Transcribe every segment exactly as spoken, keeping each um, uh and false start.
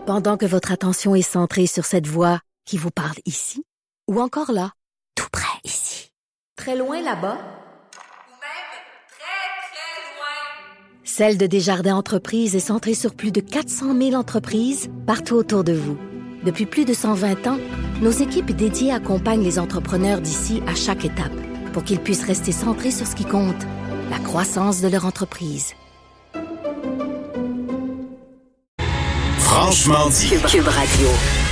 Pendant que votre attention est centrée sur cette voix qui vous parle ici, ou encore là, tout près ici, très loin là-bas, ou même très, très loin, Celle de Desjardins Entreprises est centrée sur plus de quatre cent mille entreprises partout autour de vous. Depuis plus de cent vingt ans, nos équipes dédiées accompagnent les entrepreneurs d'ici à chaque étape pour qu'ils puissent rester centrés sur ce qui compte, la croissance de leur entreprise. Franchement dit. Cube, Cube Radio.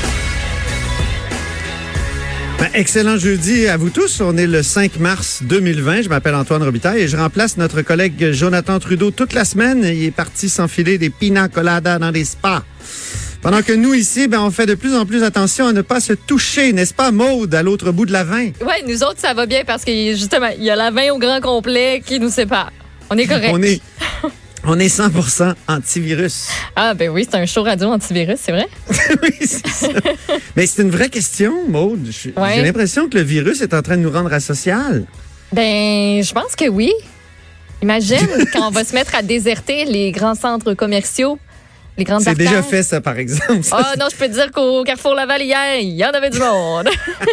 Ben, excellent jeudi à vous tous. On est le cinq mars deux mille vingt. Je m'appelle Antoine Robitaille et je remplace notre collègue Jonathan Trudeau toute la semaine. Il est parti s'enfiler des pina coladas dans des spas. Pendant que nous, ici, ben, on fait de plus en plus attention à ne pas se toucher, n'est-ce pas, Maude, à l'autre bout de la vingt? Oui, nous autres, ça va bien parce que, justement, il y a la vingt au grand complet qui nous sépare. On est correct. On est, on est cent pour cent antivirus. Ah, ben oui, c'est un show radio antivirus, c'est vrai? Oui, c'est ça. Mais c'est une vraie question, Maude. J'ai ouais. l'impression que le virus est en train de nous rendre asocial. Ben, je pense que oui. Imagine quand on va se mettre à déserter les grands centres commerciaux. Les grandes c'est arcades. déjà fait, ça, par exemple. Ah oh, non, je peux te dire qu'au Carrefour Laval, hier, il y en avait du monde.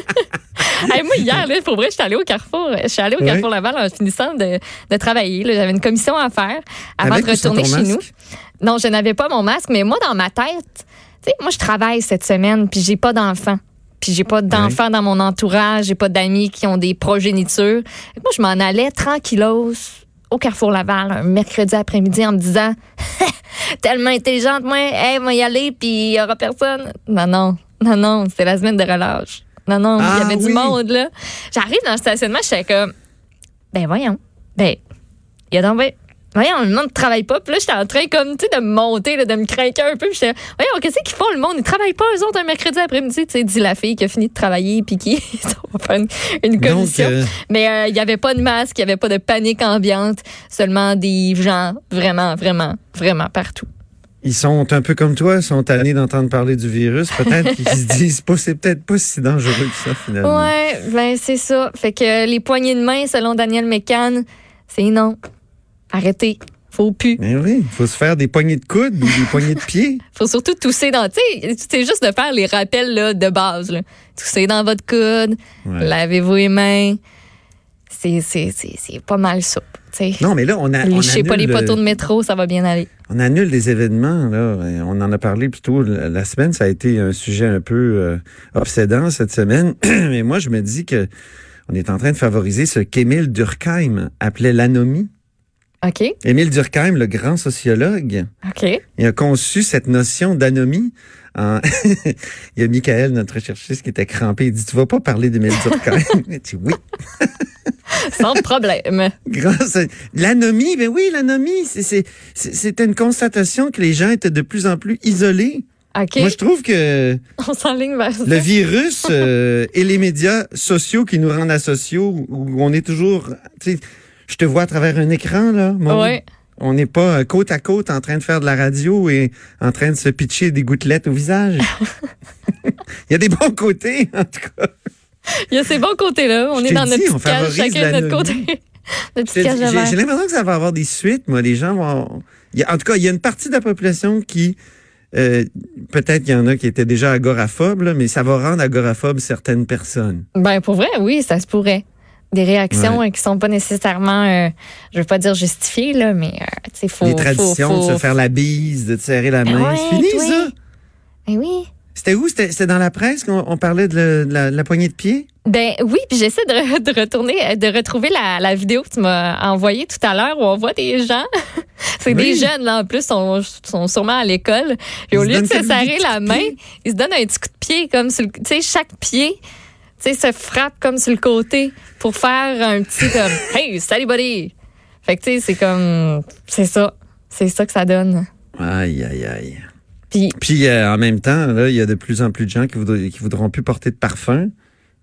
Hey, moi, hier, là, pour vrai, je suis allée au Carrefour. Je suis allée au oui. Carrefour Laval en finissant de, de travailler. Là, j'avais une commission à faire avant Avec de retourner chez masque? nous. Non, je n'avais pas mon masque, mais moi, dans ma tête, tu sais, moi, je travaille cette semaine, puis j'ai pas d'enfants. Puis j'ai pas d'enfants oui. dans mon entourage, j'ai pas d'amis qui ont des progénitures. Moi, je m'en allais tranquillos au Carrefour Laval un mercredi après-midi en me disant tellement intelligente, moi, hey, moi y aller, puis il y aura personne. Non, non, non, non, c'était la semaine de relâche. Non, non, il ah, y avait oui. du monde, là. J'arrive dans le stationnement, je suis comme, ben voyons, ben, il y a donc, ben, voyons, le monde ne travaille pas. Puis là, j'étais en train, comme, tu sais, de me monter, là, de me craquer un peu. Puis j'étais, voyons, qu'est-ce qu'ils font, le monde? Ils travaillent pas, eux autres, un mercredi après-midi. Tu sais, dit la fille qui a fini de travailler, puis qui va faire une, une commission. Donc, euh... Mais il euh, n'y avait pas de masque, il n'y avait pas de panique ambiante. Seulement des gens vraiment, vraiment, vraiment partout. Ils sont un peu comme toi, ils sont tannés d'entendre parler du virus. Peut-être qu'ils se disent, pas, c'est peut-être pas si dangereux que ça, finalement. Ouais, ben c'est ça. Fait que les poignées de main, selon Daniel Mécan, c'est non. Arrêtez. Faut plus. Mais oui, il faut se faire des poignées de coude ou des poignées de pied. Faut surtout tousser dans... Tu sais, c'est juste de faire les rappels là, de base. Là. Tousser dans votre coude, ouais. lavez-vous les mains. C'est, c'est, c'est, c'est pas mal ça. T'sais. Non, mais là, on a... Je sais pas, les poteaux de métro, ça va bien aller. On annule des événements, là. On en a parlé plus tôt la semaine. Ça a été un sujet un peu euh, obsédant cette semaine. Mais moi, je me dis que on est en train de favoriser ce qu'Émile Durkheim appelait l'anomie. OK. Émile Durkheim, le grand sociologue, OK. il a conçu cette notion d'anomie. En... il y a Michael, notre recherchiste, qui était crampé. Il dit, tu vas pas parler d'Émile Durkheim? Il dit, oui. Sans problème. Grâce à... L'anomie, ben oui, l'anomie, c'est, c'est, c'est, c'était une constatation que les gens étaient de plus en plus isolés. Okay. Moi, je trouve que on s'enligne vers ça. Le virus euh, et les médias sociaux qui nous rendent asociaux, où on est toujours... Je te vois à travers un écran, là. Moi, ouais. On n'est pas côte à côte en train de faire de la radio et en train de se pitcher des gouttelettes au visage. Il y a des bons côtés, en tout cas. Il y a ces bons côtés-là. On Je est dans dit, notre petite cage, chacun de notre côté. Notre petite cage j'ai, j'ai l'impression que ça va avoir des suites, moi. Les gens vont... Il y a, en tout cas, il y a une partie de la population qui... Euh, peut-être qu'il y en a qui étaient déjà agoraphobes, là, mais ça va rendre agoraphobes certaines personnes. Ben, pour vrai, oui, ça se pourrait. Des réactions ouais. euh, qui sont pas nécessairement, euh, je veux pas dire justifiées, là, mais euh, tu sais, faut... Les traditions faut, faut, de se faire la bise, de te serrer la main, ouais, c'est fini, oui. ça? Ben oui. C'était où? C'était, c'était dans la presse qu'on on parlait de, le, de, la, de la poignée de pied? Ben oui, puis j'essaie de, de retourner, de retrouver la, la vidéo que tu m'as envoyée tout à l'heure où on voit des gens. C'est oui. des jeunes, là, en plus, sont, sont sûrement à l'école. Et au lieu de se serrer la main, ils se donnent un petit coup de pied, comme sur le, tu sais, chaque pied, tu sais, se frappe comme sur le côté pour faire un petit comme, hey, salut buddy! Fait que, tu sais, c'est comme, c'est ça. C'est ça que ça donne. Aïe, aïe, aïe. Puis, Puis euh, en même temps, là, il y a de plus en plus de gens qui, voudront, qui voudront plus porter de parfum.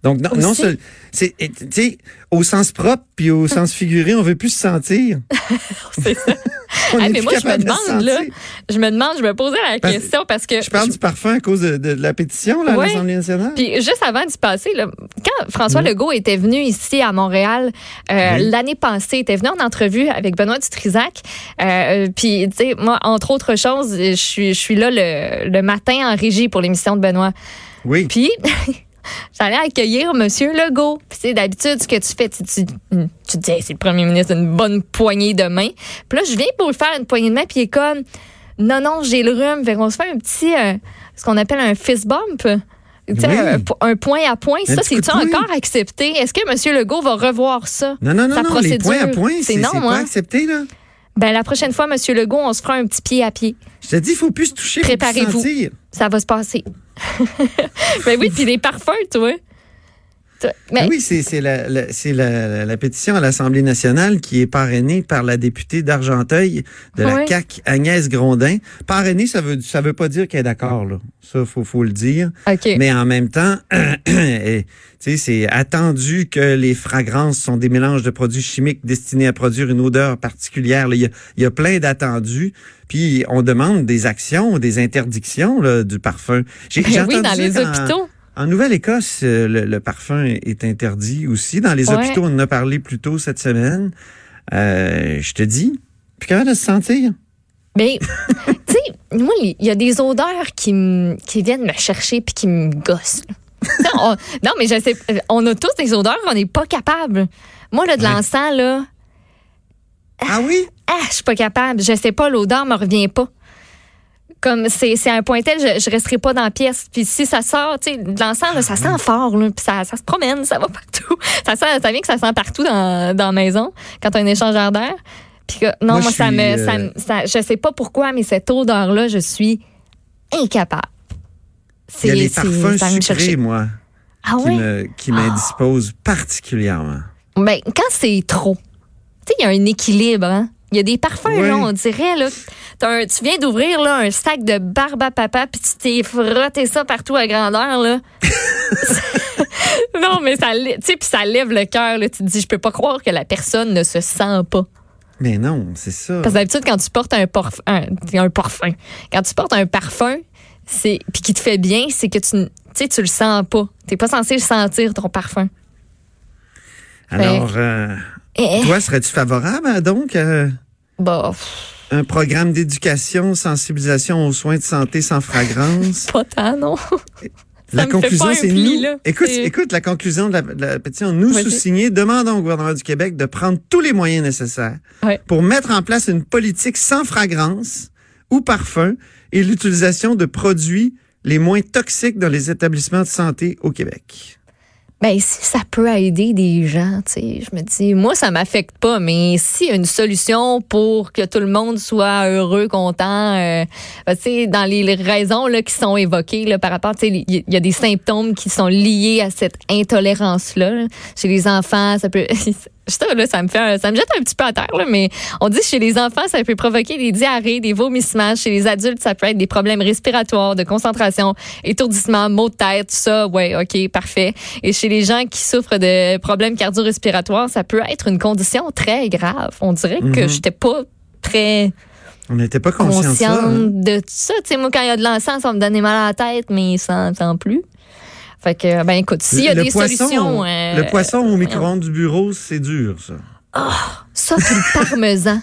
Donc, non, non c'est, c'est tu sais, au sens propre puis au sens figuré, on veut plus se sentir. C'est ça. Hey, mais moi, je me demande, là, je me demande, je me posais la parce question parce que... Je parle je... du parfum à cause de, de, de la pétition, là, ouais. à l'Assemblée nationale. Puis juste avant d'y passer, là, quand François mmh. Legault était venu ici à Montréal, euh, oui. l'année passée, il était venu en entrevue avec Benoît Dutrisac. Euh, puis, tu sais, moi, entre autres choses, je suis, je suis là le, le matin en régie pour l'émission de Benoît. Oui. Puis... J'allais accueillir M. Legault. Puis, c'est d'habitude, ce que tu fais, tu, tu, tu dis, hey, c'est le premier ministre, une bonne poignée de main. Puis là, je viens pour lui faire une poignée de main, puis il est comme, non, non, j'ai le rhume. Fait qu'on se fait un petit, euh, ce qu'on appelle un fist bump. Tu sais, oui. un, un point à point. Un ça, c'est-tu encore accepté? Est-ce que M. Legault va revoir ça? Non, non, non, non, les points à point, c'est, c'est, non, c'est pas hein? accepté, là. Ben, la prochaine fois, M. Legault, on se fera un petit pied à pied. Je te dis, il faut plus se toucher. Préparez-vous. Sentir. Ça va se passer. Ben oui, puis les parfums, toi. Mais... Oui, c'est, c'est, la, la, c'est la, la pétition à l'Assemblée nationale qui est parrainée par la députée d'Argenteuil de la oui. C A Q, Agnès Grondin. Parrainée, ça veut, ça veut pas dire qu'elle est d'accord, là. Ça, faut, faut le dire. Okay. Mais en même temps, tu sais, c'est attendu que les fragrances sont des mélanges de produits chimiques destinés à produire une odeur particulière. Il y a, il y a plein d'attendus. Puis on demande des actions, des interdictions là, du parfum. J'ai, ben j'ai oui, dans les hôpitaux. En Nouvelle-Écosse, le, le parfum est interdit aussi. Dans les ouais. hôpitaux, on en a parlé plus tôt cette semaine. Euh, je te dis, plus capable de se sentir. Mais, tu sais, moi, il y a des odeurs qui, m- qui viennent me chercher puis qui me gossent. on, non, mais je sais, on a tous des odeurs qu'on n'est pas capable. Moi, là, de ouais. l'encens, là... Ah oui? Ah, je suis pas capable. Je sais pas, l'odeur me revient pas. Comme c'est, c'est un point tel, je, je resterai pas dans la pièce. Puis si ça sort, tu sais, de l'encens, là, ça sent fort, là, puis ça, ça se promène, ça va partout. Ça sent, ça vient que ça sent partout dans, dans la maison quand t'as un échangeur d'air. Puis que, non, moi, moi ça, suis, me, euh... ça me, ça, je sais pas pourquoi, mais cette odeur-là, je suis incapable. C'est, il y a les parfums sucrés, moi, ah, qui, oui? me, qui oh. m'indisposent particulièrement. Ben, quand c'est trop, tu sais, il y a un équilibre, hein. Il y a des parfums, oui. là, on dirait, là. Un, tu viens d'ouvrir, là, un sac de barbe à papa, puis tu t'es frotté ça partout à grandeur, là. Non, mais ça, tu sais, puis ça lève le cœur, là. Tu te dis, je peux pas croire que la personne ne se sent pas. Mais non, c'est ça. Parce que d'habitude, quand tu portes un, porf, un, un parfum, quand tu portes un parfum, c'est, puis qui te fait bien, c'est que tu, tu sais, tu le sens pas. T'es pas censé le sentir, ton parfum. Alors, fait, euh, eh, toi, serais-tu favorable, donc, euh, bah, un programme d'éducation, sensibilisation aux soins de santé sans fragrance? Pas tant, non. La conclusion, c'est pli, nous. Là. Écoute, c'est... écoute, la conclusion de la, de la pétition. Nous, Vas-y. sous-signés, demandons au gouvernement du Québec de prendre tous les moyens nécessaires ouais. pour mettre en place une politique sans fragrance ou parfum et l'utilisation de produits les moins toxiques dans les établissements de santé au Québec. Ben, si ça peut aider des gens, tu sais, je me dis, moi, ça m'affecte pas, mais s'il y a une solution pour que tout le monde soit heureux, content, euh, ben, tu sais, dans les raisons là, qui sont évoquées là, par rapport, tu sais, il y a des symptômes qui sont liés à cette intolérance-là. Là. Chez les enfants, ça peut... Ça, là, ça me fait un, ça me jette un petit peu à terre, là, mais on dit que chez les enfants, ça peut provoquer des diarrhées, des vomissements. Chez les adultes, ça peut être des problèmes respiratoires, de concentration, étourdissement, maux de tête, tout ça. Ouais, OK, parfait. Et chez les gens qui souffrent de problèmes cardio-respiratoires, ça peut être une condition très grave. On dirait mm-hmm. que j'étais pas très... On n'était pas consciente de ça. Hein? de tout ça. Tu sais, moi, quand il y a de l'encens, ça me donnait mal à la tête, mais sans, sans plus. Fait que, ben écoute, s'il y a le des poisson, solutions... Euh, le poisson au micro-ondes du bureau, c'est dur, ça. Oh, ça, puis le parmesan.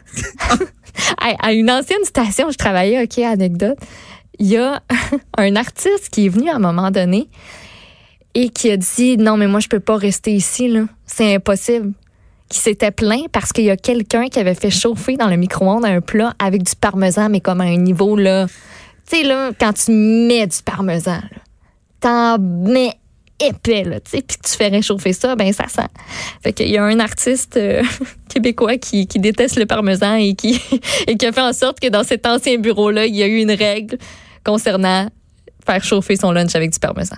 à, à une ancienne station où je travaillais, OK, anecdote, il y a un artiste qui est venu à un moment donné et qui a dit, non, mais moi, je peux pas rester ici, là. C'est impossible. Qui s'était plaint parce qu'il y a quelqu'un qui avait fait chauffer dans le micro-ondes un plat avec du parmesan, mais comme à un niveau, là... Tu sais, là, quand tu mets du parmesan, là, t'en mets épais, là, tu sais, puis tu fais réchauffer ça, ben ça sent. Fait qu'il y a un artiste euh, québécois qui, qui déteste le parmesan et qui, et qui a fait en sorte que dans cet ancien bureau-là, il y a eu une règle concernant faire chauffer son lunch avec du parmesan.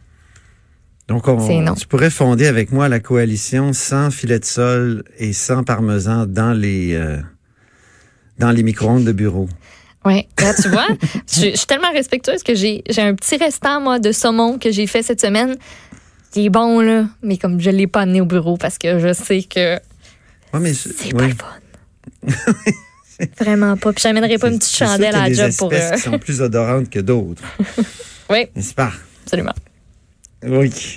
Donc, on, tu pourrais fonder avec moi la coalition sans filet de sol et sans parmesan dans les, euh, dans les micro-ondes de bureau. Oui, là, tu vois, je, je suis tellement respectueuse que j'ai, j'ai un petit restant, moi, de saumon que j'ai fait cette semaine. il est bon, là, mais comme je l'ai pas amené au bureau parce que je sais que ouais, mais c'est ouais. pas le fun. Vraiment pas. Puis j'amènerai pas une petite chandelle à la job pour... Il y a des espèces qui sont plus odorantes que d'autres. Oui. N'est-ce pas? Absolument. Oui.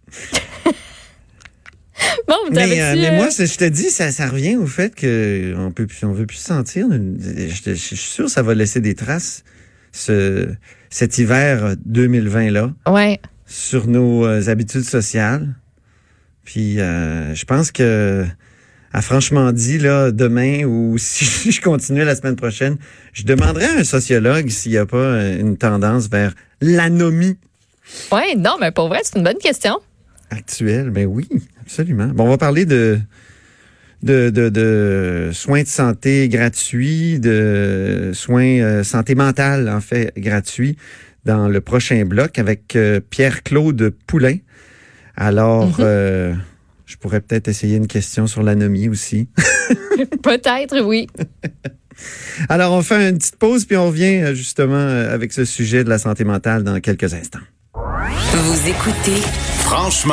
Bon, vous mais, avez euh, tu, mais euh... moi, ça, je te dis, ça, ça revient au fait qu'on peut plus, on veut plus sentir. Je, je, je suis sûr que ça va laisser des traces, ce, cet hiver deux mille vingt là, ouais. sur nos euh, habitudes sociales. Puis, euh, je pense que, à franchement dit, là, demain ou si je continuais la semaine prochaine, je demanderais à un sociologue s'il n'y a pas une tendance vers l'anomie. Oui, non, mais pour vrai, c'est une bonne question. Actuelle, ben oui, absolument. Bon, on va parler de, de, de, de soins de santé gratuits, de soins euh, santé mentale, en fait, gratuits, dans le prochain bloc avec euh, Pierre-Claude Poulain. Alors, mm-hmm. euh, je pourrais peut-être essayer une question sur l'anomie aussi. Peut-être, oui. Alors, on fait une petite pause, puis on revient justement avec ce sujet de la santé mentale dans quelques instants. Vous écoutez Franchement